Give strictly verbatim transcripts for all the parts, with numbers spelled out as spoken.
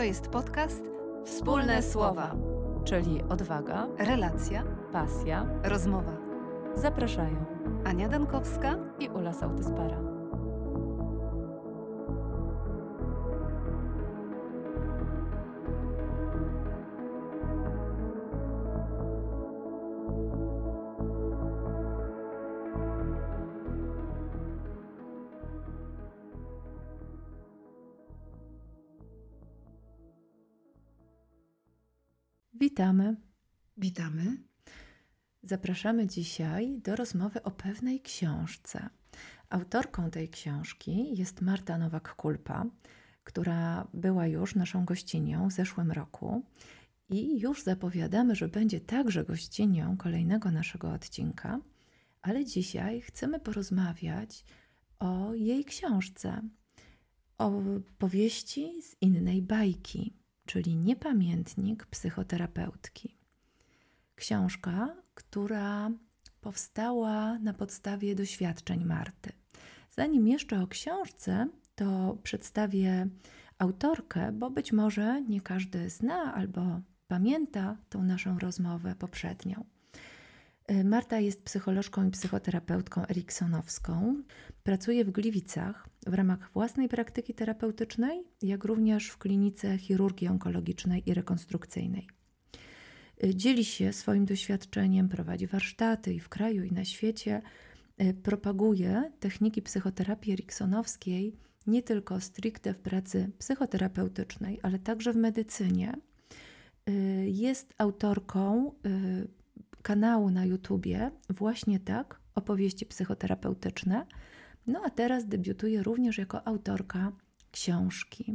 To jest podcast Wspólne Słowa, czyli odwaga, relacja, pasja, rozmowa. Zapraszają Ania Dankowska i Ula Sautyspara. Witamy. Witamy. Zapraszamy dzisiaj do rozmowy o pewnej książce. Autorką tej książki jest Marta Nowak-Kulpa, która była już naszą gościnią w zeszłym roku i już zapowiadamy, że będzie także gościnią kolejnego naszego odcinka, ale dzisiaj chcemy porozmawiać o jej książce, o powieści z innej bajki, czyli Niepamiętnik psychoterapeutki. Książka, która powstała na podstawie doświadczeń Marty. Zanim jeszcze o książce, to przedstawię autorkę, bo być może nie każdy zna albo pamięta tą naszą rozmowę poprzednią. Marta jest psycholożką i psychoterapeutką eriksonowską. Pracuje w Gliwicach w ramach własnej praktyki terapeutycznej, jak również w klinice chirurgii onkologicznej i rekonstrukcyjnej. Dzieli się swoim doświadczeniem, prowadzi warsztaty i w kraju, i na świecie. Propaguje techniki psychoterapii eriksonowskiej nie tylko stricte w pracy psychoterapeutycznej, ale także w medycynie. Jest autorką kanału na YouTubie Właśnie tak, opowieści psychoterapeutyczne. No a teraz debiutuje również jako autorka książki.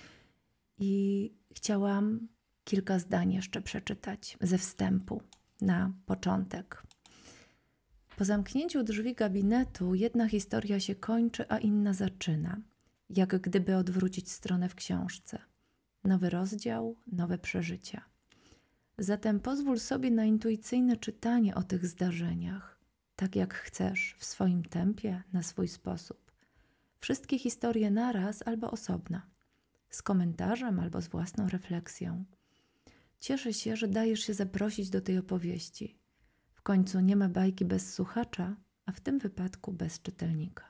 I chciałam kilka zdań jeszcze przeczytać ze wstępu na początek. Po zamknięciu drzwi gabinetu jedna historia się kończy, a inna zaczyna, jak gdyby odwrócić stronę w książce. Nowy rozdział, nowe przeżycia. Zatem pozwól sobie na intuicyjne czytanie o tych zdarzeniach, tak jak chcesz, w swoim tempie, na swój sposób. Wszystkie historie naraz albo osobno, z komentarzem albo z własną refleksją. Cieszę się, że dajesz się zaprosić do tej opowieści. W końcu nie ma bajki bez słuchacza, a w tym wypadku bez czytelnika.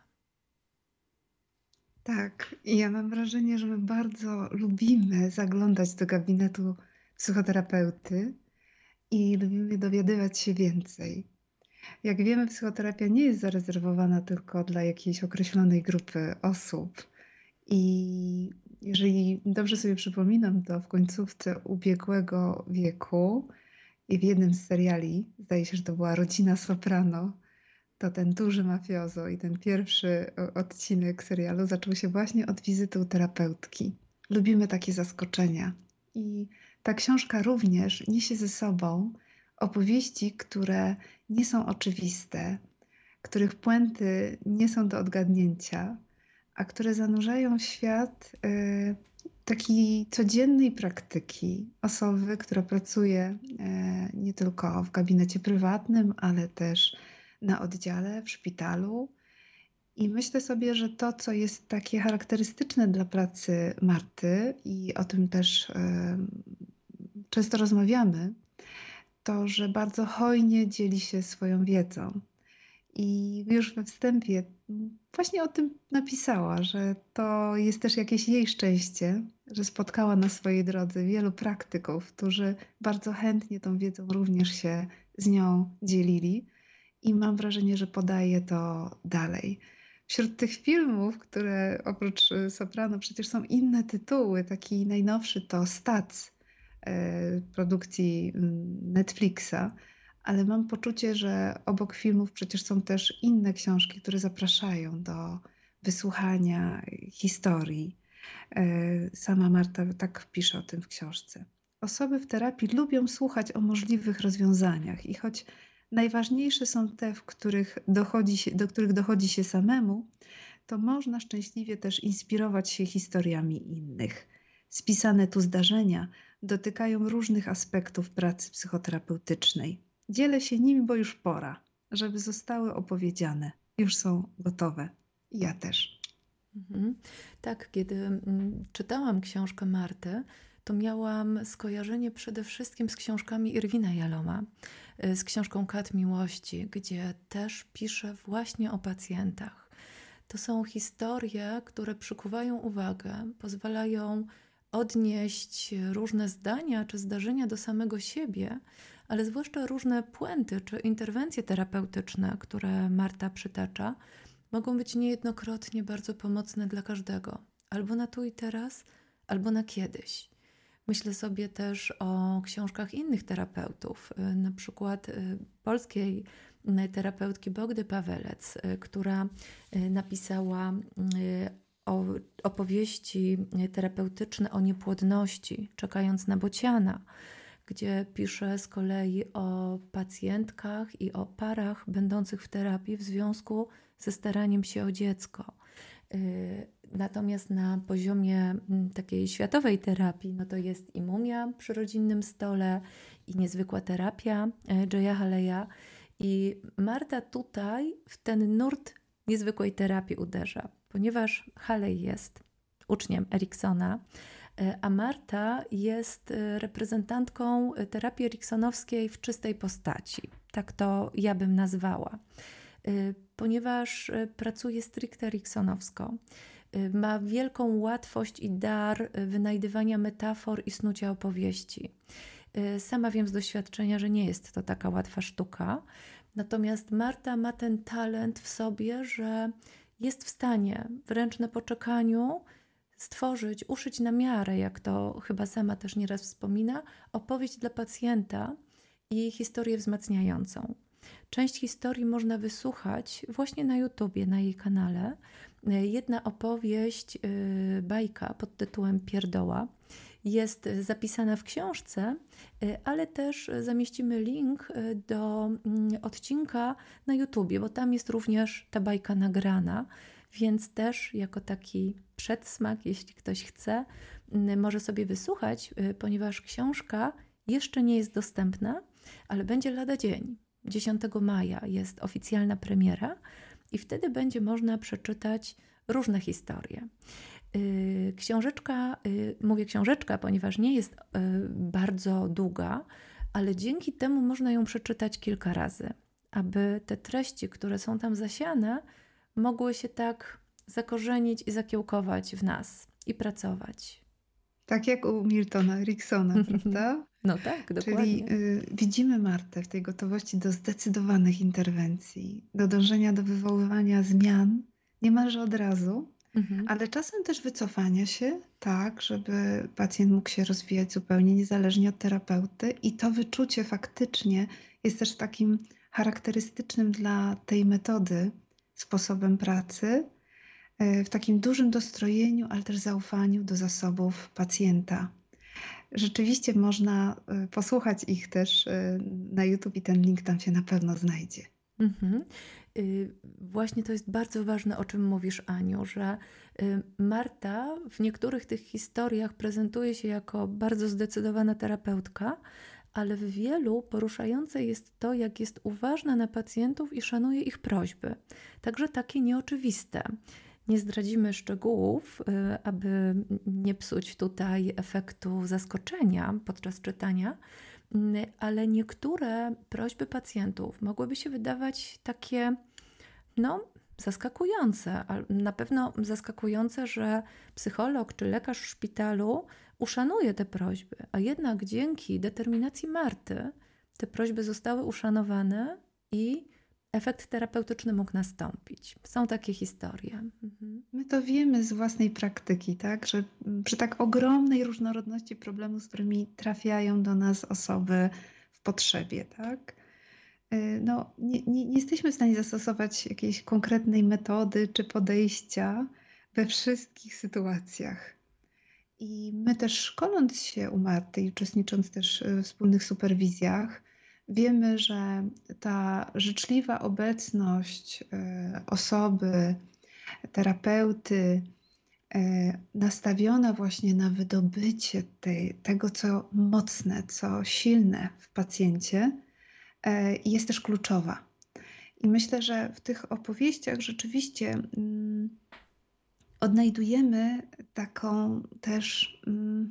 Tak, i ja mam wrażenie, że my bardzo lubimy zaglądać do gabinetu psychoterapeuty i lubimy dowiadywać się więcej. Jak wiemy, psychoterapia nie jest zarezerwowana tylko dla jakiejś określonej grupy osób. I jeżeli dobrze sobie przypominam, to w końcówce ubiegłego wieku i w jednym z seriali, zdaje się, że to była Rodzina Soprano, to ten duży mafiozo i ten pierwszy odcinek serialu zaczął się właśnie od wizyty u terapeutki. Lubimy takie zaskoczenia. I ta książka również niesie ze sobą opowieści, które nie są oczywiste, których puenty nie są do odgadnięcia, a które zanurzają w świat y, takiej codziennej praktyki osoby, która pracuje y, nie tylko w gabinecie prywatnym, ale też na oddziale, w szpitalu. I myślę sobie, że to, co jest takie charakterystyczne dla pracy Marty i o tym też y, często rozmawiamy, to, że bardzo hojnie dzieli się swoją wiedzą. I już we wstępie właśnie o tym napisała, że to jest też jakieś jej szczęście, że spotkała na swojej drodze wielu praktyków, którzy bardzo chętnie tą wiedzą również się z nią dzielili. I mam wrażenie, że podaje to dalej. Wśród tych filmów, które oprócz Soprano przecież są inne tytuły, taki najnowszy to Stac, e, produkcji Netflixa, ale mam poczucie, że obok filmów przecież są też inne książki, które zapraszają do wysłuchania historii. E, sama Marta tak pisze o tym w książce. Osoby w terapii lubią słuchać o możliwych rozwiązaniach i choć najważniejsze są te, w których dochodzi się, do których dochodzi się samemu, to można szczęśliwie też inspirować się historiami innych. Spisane tu zdarzenia dotykają różnych aspektów pracy psychoterapeutycznej. Dzielę się nimi, bo już pora, żeby zostały opowiedziane. Już są gotowe. I ja też. Mhm. Tak, kiedy mm, czytałam książkę Marty, to miałam skojarzenie przede wszystkim z książkami Irwina Jaloma, y, z książką Kat Miłości, gdzie też pisze właśnie o pacjentach. To są historie, które przykuwają uwagę, pozwalają odnieść różne zdania czy zdarzenia do samego siebie, ale zwłaszcza różne puenty czy interwencje terapeutyczne, które Marta przytacza, mogą być niejednokrotnie bardzo pomocne dla każdego, albo na tu i teraz, albo na kiedyś. Myślę sobie też o książkach innych terapeutów, y, na przykład y, polskiej y, terapeutki Bogdy Pawelec, y, która y, napisała y, o, opowieści y, terapeutyczne o niepłodności, czekając na bociana, gdzie pisze z kolei o pacjentkach i o parach będących w terapii w związku ze staraniem się o dziecko. Y, Natomiast na poziomie mm, takiej światowej terapii, no to jest i Mumia przy rodzinnym stole, i niezwykła terapia y, Jaya Haleya. I Marta tutaj w ten nurt niezwykłej terapii uderza, ponieważ Haley jest uczniem Eriksona, y, a Marta jest y, reprezentantką y, terapii eriksonowskiej w czystej postaci. Tak to ja bym nazwała. Y, Ponieważ y, pracuje stricte eriksonowsko, y, ma wielką łatwość i dar y, wynajdywania metafor i snucia opowieści. Y, Sama wiem z doświadczenia, że nie jest to taka łatwa sztuka, natomiast Marta ma ten talent w sobie, że jest w stanie wręcz na poczekaniu stworzyć, uszyć na miarę, jak to chyba sama też nieraz wspomina, opowieść dla pacjenta i historię wzmacniającą. Część historii można wysłuchać właśnie na YouTubie, na jej kanale. Jedna opowieść, yy, bajka pod tytułem Pierdoła, jest zapisana w książce, yy, ale też zamieścimy link yy, do yy, odcinka na YouTubie, bo tam jest również ta bajka nagrana, więc też jako taki przedsmak, jeśli ktoś chce, yy, może sobie wysłuchać, yy, ponieważ książka jeszcze nie jest dostępna, ale będzie lada dzień. dziesiątego maja jest oficjalna premiera i wtedy będzie można przeczytać różne historie. Yy, Książeczka, yy, mówię książeczka, ponieważ nie jest yy, bardzo długa, ale dzięki temu można ją przeczytać kilka razy, aby te treści, które są tam zasiane, mogły się tak zakorzenić i zakiełkować w nas i pracować. Tak jak u Miltona Eriksona, prawda? No tak, Czyli dokładnie. y, widzimy Martę w tej gotowości do zdecydowanych interwencji, do dążenia do wywoływania zmian niemalże od razu, Mhm. ale czasem też wycofania się, tak, żeby pacjent mógł się rozwijać zupełnie niezależnie od terapeuty. I to wyczucie faktycznie jest też takim charakterystycznym dla tej metody sposobem pracy, y, w takim dużym dostrojeniu, ale też zaufaniu do zasobów pacjenta. Rzeczywiście można y, posłuchać ich też y, na YouTube i ten link tam się na pewno znajdzie. Mhm. Y, Właśnie to jest bardzo ważne, o czym mówisz, Aniu, że y, Marta w niektórych tych historiach prezentuje się jako bardzo zdecydowana terapeutka, ale w wielu poruszające jest to, jak jest uważna na pacjentów i szanuje ich prośby. Także takie nieoczywiste. Nie zdradzimy szczegółów, y, aby nie psuć tutaj efektu zaskoczenia podczas czytania, y, ale niektóre prośby pacjentów mogłyby się wydawać takie, no, zaskakujące. A na pewno zaskakujące, że psycholog czy lekarz w szpitalu uszanuje te prośby, a jednak dzięki determinacji Marty te prośby zostały uszanowane i efekt terapeutyczny mógł nastąpić. Są takie historie. Mhm. My to wiemy z własnej praktyki, tak, że mm, przy tak ogromnej różnorodności problemów, z którymi trafiają do nas osoby w potrzebie, tak, y, no, nie, nie, nie jesteśmy w stanie zastosować jakiejś konkretnej metody czy podejścia we wszystkich sytuacjach. I my też szkoląc się u Marty i uczestnicząc też w wspólnych superwizjach, wiemy, że ta życzliwa obecność y, osoby, terapeuty, y, nastawiona właśnie na wydobycie tej, tego, co mocne, co silne w pacjencie, y, jest też kluczowa. I myślę, że w tych opowieściach rzeczywiście mm, odnajdujemy taką też mm,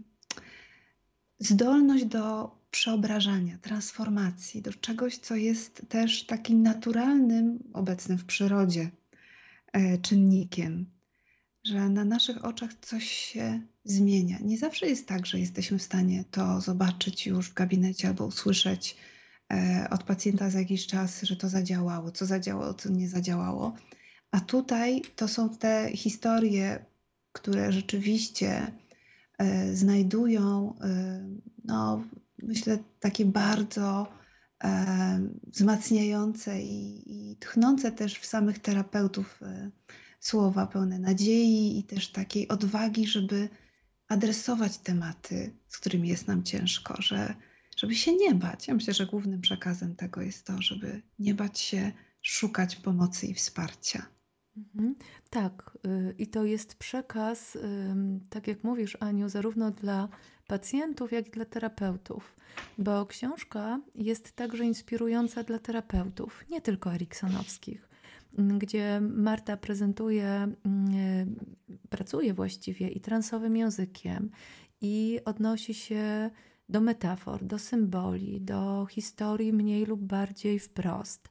zdolność do przeobrażania, transformacji, do czegoś, co jest też takim naturalnym, obecnym w przyrodzie e, czynnikiem, że na naszych oczach coś się zmienia. Nie zawsze jest tak, że jesteśmy w stanie to zobaczyć już w gabinecie albo usłyszeć e, od pacjenta za jakiś czas, że to zadziałało, co zadziałało, co nie zadziałało. A tutaj to są te historie, które rzeczywiście e, znajdują, e, no, myślę, takie bardzo e, wzmacniające i, i tchnące też w samych terapeutów e, słowa pełne nadziei i też takiej odwagi, żeby adresować tematy, z którymi jest nam ciężko, że, żeby się nie bać. Ja myślę, że głównym przekazem tego jest to, żeby nie bać się szukać pomocy i wsparcia. Mhm. Tak, y, i to jest przekaz, ym, tak jak mówisz, Aniu, zarówno dla pacjentów, jak i dla terapeutów, bo książka jest także inspirująca dla terapeutów, nie tylko eriksonowskich, mm, gdzie Marta prezentuje, mm, y, pracuje właściwie i transowym językiem i odnosi się do metafor, do symboli, do historii mniej lub bardziej wprost.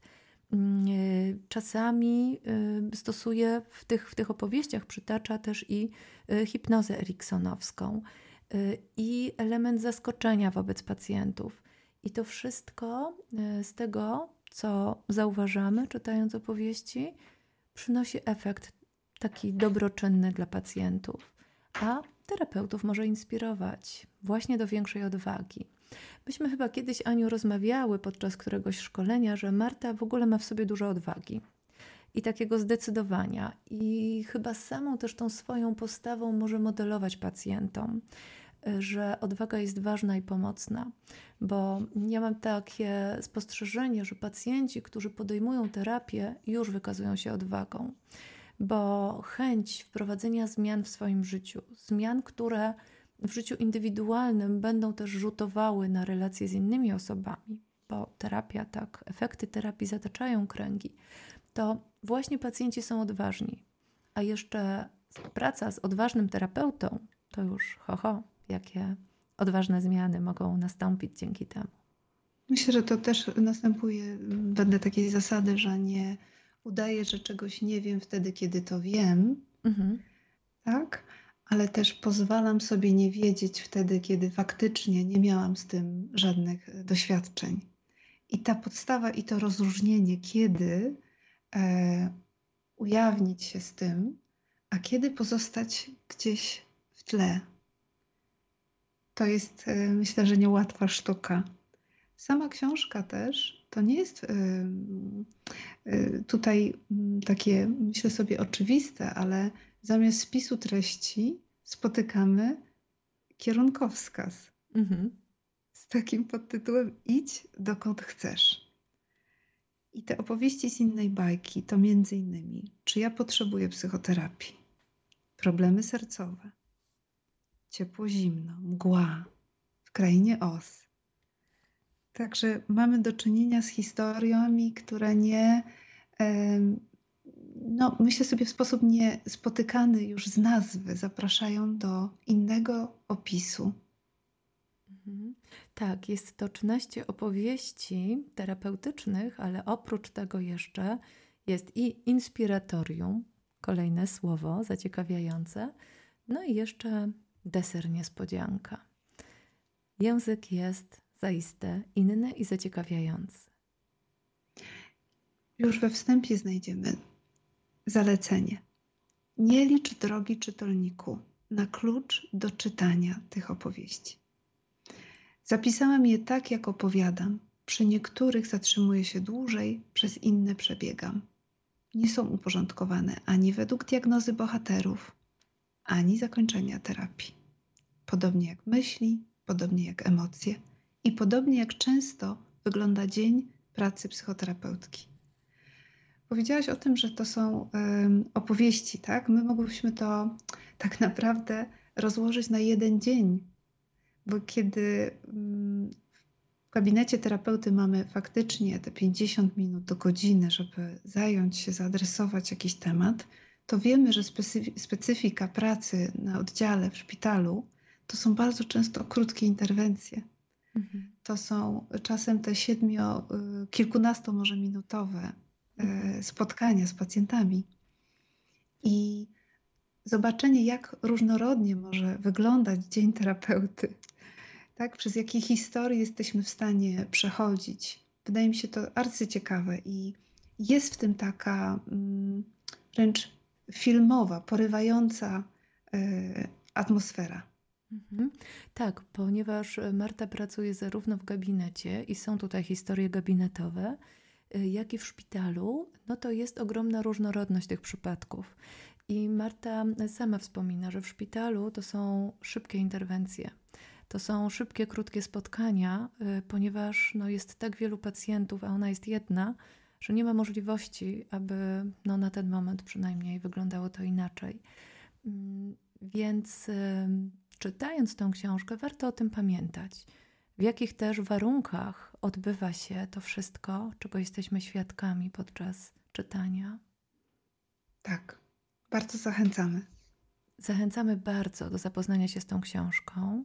Y, Czasami y, stosuje w tych, w tych opowieściach, przytacza też i y, hipnozę eriksonowską y, i element zaskoczenia wobec pacjentów. I to wszystko y, z tego, co zauważamy, czytając opowieści, przynosi efekt taki dobroczynny dla pacjentów, a terapeutów może inspirować właśnie do większej odwagi. Myśmy chyba kiedyś, Aniu, rozmawiały podczas któregoś szkolenia, że Marta w ogóle ma w sobie dużo odwagi i takiego zdecydowania. I chyba samą też tą swoją postawą może modelować pacjentom, że odwaga jest ważna i pomocna. Bo ja mam takie spostrzeżenie, że pacjenci, którzy podejmują terapię, już wykazują się odwagą. Bo chęć wprowadzenia zmian w swoim życiu, zmian, które w życiu indywidualnym będą też rzutowały na relacje z innymi osobami, bo terapia, tak, efekty terapii zataczają kręgi, to właśnie pacjenci są odważni. A jeszcze praca z odważnym terapeutą, to już ho, ho, jakie odważne zmiany mogą nastąpić dzięki temu. Myślę, że to też następuje wedle takiej zasady, że nie udaję, że czegoś nie wiem wtedy, kiedy to wiem, Mhm. tak? Ale też pozwalam sobie nie wiedzieć wtedy, kiedy faktycznie nie miałam z tym żadnych doświadczeń. I ta podstawa i to rozróżnienie, kiedy e, ujawnić się z tym, a kiedy pozostać gdzieś w tle. To jest, e, myślę, że niełatwa sztuka. Sama książka też to nie jest y, y, tutaj y, takie, myślę sobie, oczywiste, ale zamiast spisu treści spotykamy kierunkowskaz Mhm. z takim podtytułem Idź dokąd chcesz. I te opowieści z innej bajki to między innymi Czy ja potrzebuję psychoterapii, problemy sercowe, ciepło, zimno, mgła, w krainie os. Także mamy do czynienia z historiami, które nie, em, no myślę sobie w sposób niespotykany już z nazwy, zapraszają do innego opisu. Mhm. Tak, jest to trzynaście opowieści terapeutycznych, ale oprócz tego jeszcze jest i inspiratorium, kolejne słowo zaciekawiające, no i jeszcze deser niespodzianka. Język jest zaiste inny i zaciekawiający. Już we wstępie znajdziemy zalecenie. Nie licz, drogi czytelniku, na klucz do czytania tych opowieści. Zapisałam je tak, jak opowiadam. Przy niektórych zatrzymuję się dłużej, przez inne przebiegam. Nie są uporządkowane ani według diagnozy bohaterów, ani zakończenia terapii. Podobnie jak myśli, podobnie jak emocje i podobnie jak często wygląda dzień pracy psychoterapeutki. Powiedziałaś o tym, że to są um, opowieści, tak? My mogłyśmy to tak naprawdę rozłożyć na jeden dzień, bo kiedy um, w gabinecie terapeuty mamy faktycznie te pięćdziesiąt minut do godziny, żeby zająć się, zaadresować jakiś temat, to wiemy, że specyfi- specyfika pracy na oddziale w szpitalu to są bardzo często krótkie interwencje. Mhm. To są czasem te siedmio, y, kilkunasto może minutowe y, Mhm. spotkania z pacjentami. I zobaczenie, jak różnorodnie może wyglądać dzień terapeuty, tak, przez jakie historie jesteśmy w stanie przechodzić. Wydaje mi się to arcyciekawe i jest w tym taka mm, wręcz filmowa, porywająca y, atmosfera. Mhm. Tak, ponieważ e, Marta pracuje zarówno w gabinecie i są tutaj historie gabinetowe, y, jak i w szpitalu, no to jest ogromna różnorodność tych przypadków. I Marta sama wspomina, że w szpitalu to są szybkie interwencje. To są szybkie, krótkie spotkania, y, ponieważ no, jest tak wielu pacjentów, a ona jest jedna, że nie ma możliwości, aby no, na ten moment przynajmniej wyglądało to inaczej. Mm, Więc y, czytając tą książkę, warto o tym pamiętać. W jakich też warunkach odbywa się to wszystko, czego jesteśmy świadkami podczas czytania. Tak, bardzo zachęcamy. Zachęcamy bardzo do zapoznania się z tą książką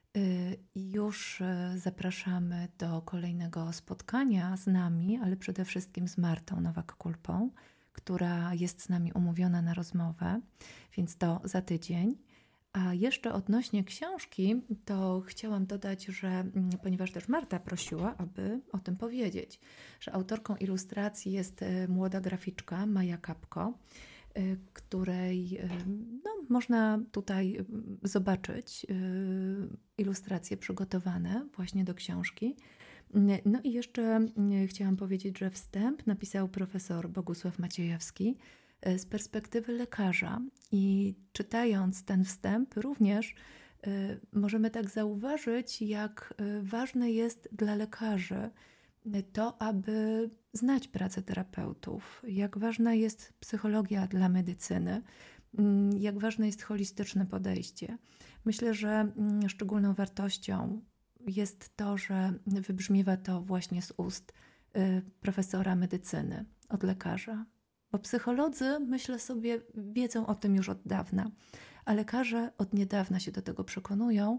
y, i już y, zapraszamy do kolejnego spotkania z nami, ale przede wszystkim z Martą Nowak-Kulpą, która jest z nami umówiona na rozmowę, więc to za tydzień. A jeszcze odnośnie książki, to chciałam dodać, że mm, ponieważ też Marta prosiła, aby o tym powiedzieć, że autorką ilustracji jest y, młoda graficzka Maja Kapko, y, której y, no, można tutaj y, zobaczyć y, ilustracje przygotowane właśnie do książki. Y, No i jeszcze y, chciałam powiedzieć, że wstęp napisał profesor Bogusław Maciejewski y, z perspektywy lekarza i czytając ten wstęp również y, możemy tak zauważyć, jak y, ważne jest dla lekarzy y, to, aby znać pracę terapeutów, jak ważna jest psychologia dla medycyny, mm, jak ważne jest holistyczne podejście. Myślę, że mm, szczególną wartością jest to, że wybrzmiewa to właśnie z ust y, profesora medycyny, od lekarza. Bo psycholodzy, myślę sobie, wiedzą o tym już od dawna, a lekarze od niedawna się do tego przekonują,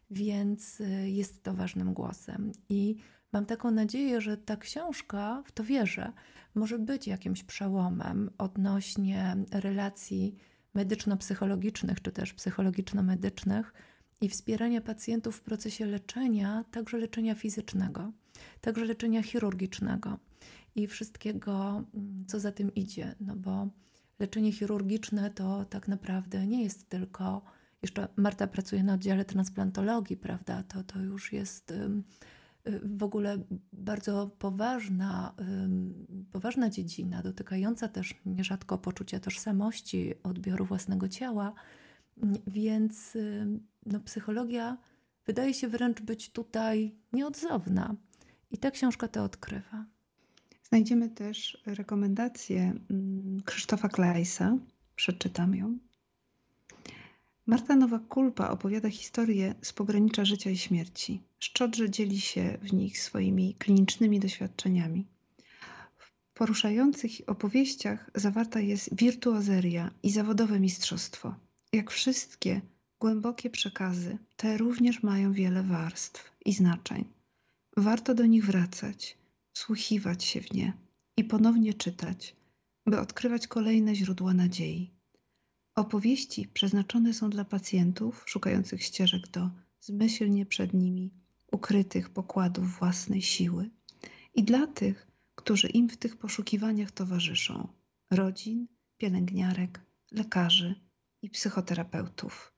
więc y, jest to ważnym głosem. I mam taką nadzieję, że ta książka, w to wierzę, może być jakimś przełomem odnośnie relacji medyczno-psychologicznych czy też psychologiczno-medycznych i wspierania pacjentów w procesie leczenia, także leczenia fizycznego, także leczenia chirurgicznego i wszystkiego, mm, co za tym idzie. No bo leczenie chirurgiczne to tak naprawdę nie jest tylko, jeszcze Marta pracuje na oddziale transplantologii, prawda? To, to już jest ym, y, w ogóle bardzo poważna, ym, poważna dziedzina, dotykająca też nierzadko poczucia tożsamości, odbioru własnego ciała. Mm, Więc ym, no, psychologia wydaje się wręcz być tutaj nieodzowna. I ta książka to odkrywa. Znajdziemy też rekomendację mm, Krzysztofa Klejsa, przeczytam ją. Marta Nowak-Kulpa opowiada historię z pogranicza życia i śmierci. Szczodrze dzieli się w nich swoimi klinicznymi doświadczeniami. W poruszających opowieściach zawarta jest wirtuozeria i zawodowe mistrzostwo. Jak wszystkie głębokie przekazy, te również mają wiele warstw i znaczeń. Warto do nich wracać, wsłuchiwać się w nie i ponownie czytać, by odkrywać kolejne źródła nadziei. Opowieści przeznaczone są dla pacjentów szukających ścieżek do zmyślnie przed nimi ukrytych pokładów własnej siły i dla tych, którzy im w tych poszukiwaniach towarzyszą, rodzin, pielęgniarek, lekarzy i psychoterapeutów.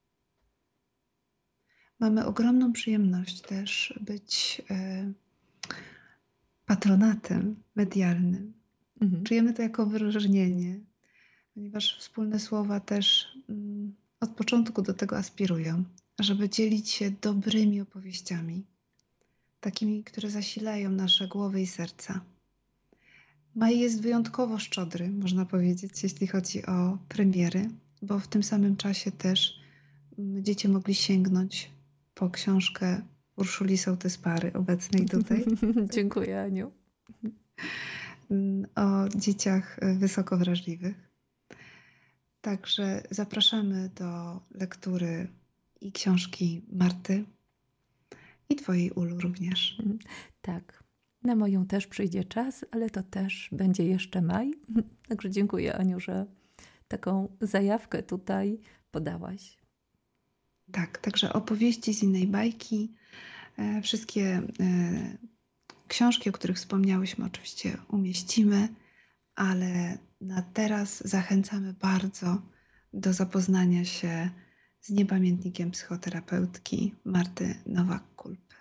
Mamy ogromną przyjemność też być e, patronatem medialnym. Mhm. Czujemy to jako wyróżnienie, ponieważ wspólne słowa też mm, od początku do tego aspirują, żeby dzielić się dobrymi opowieściami, takimi, które zasilają nasze głowy i serca. Maj jest wyjątkowo szczodry, można powiedzieć, jeśli chodzi o premiery, bo w tym samym czasie też mm, dzieci mogli sięgnąć po książkę Urszuli Sołtys-Pary, obecnej tutaj, Dziękuję, Aniu. mm, o dzieciach y, wysoko wrażliwych. Także zapraszamy do lektury i książki Marty, i Twojej, Ulu, również. Mm, Tak, na moją też przyjdzie czas, ale to też będzie jeszcze maj. Także dziękuję, Aniu, że taką zajawkę tutaj podałaś. Tak, także opowieści z innej bajki, e, wszystkie e, książki, o których wspomniałyśmy, oczywiście umieścimy, ale na teraz zachęcamy bardzo do zapoznania się z niepamiętnikiem psychoterapeutki Marty Nowak-Kulpy.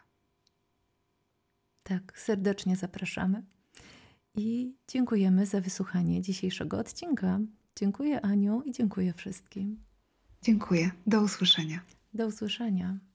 Tak, serdecznie zapraszamy i dziękujemy za wysłuchanie dzisiejszego odcinka. Dziękuję, Aniu, i dziękuję wszystkim. Dziękuję. Do usłyszenia. Do usłyszenia.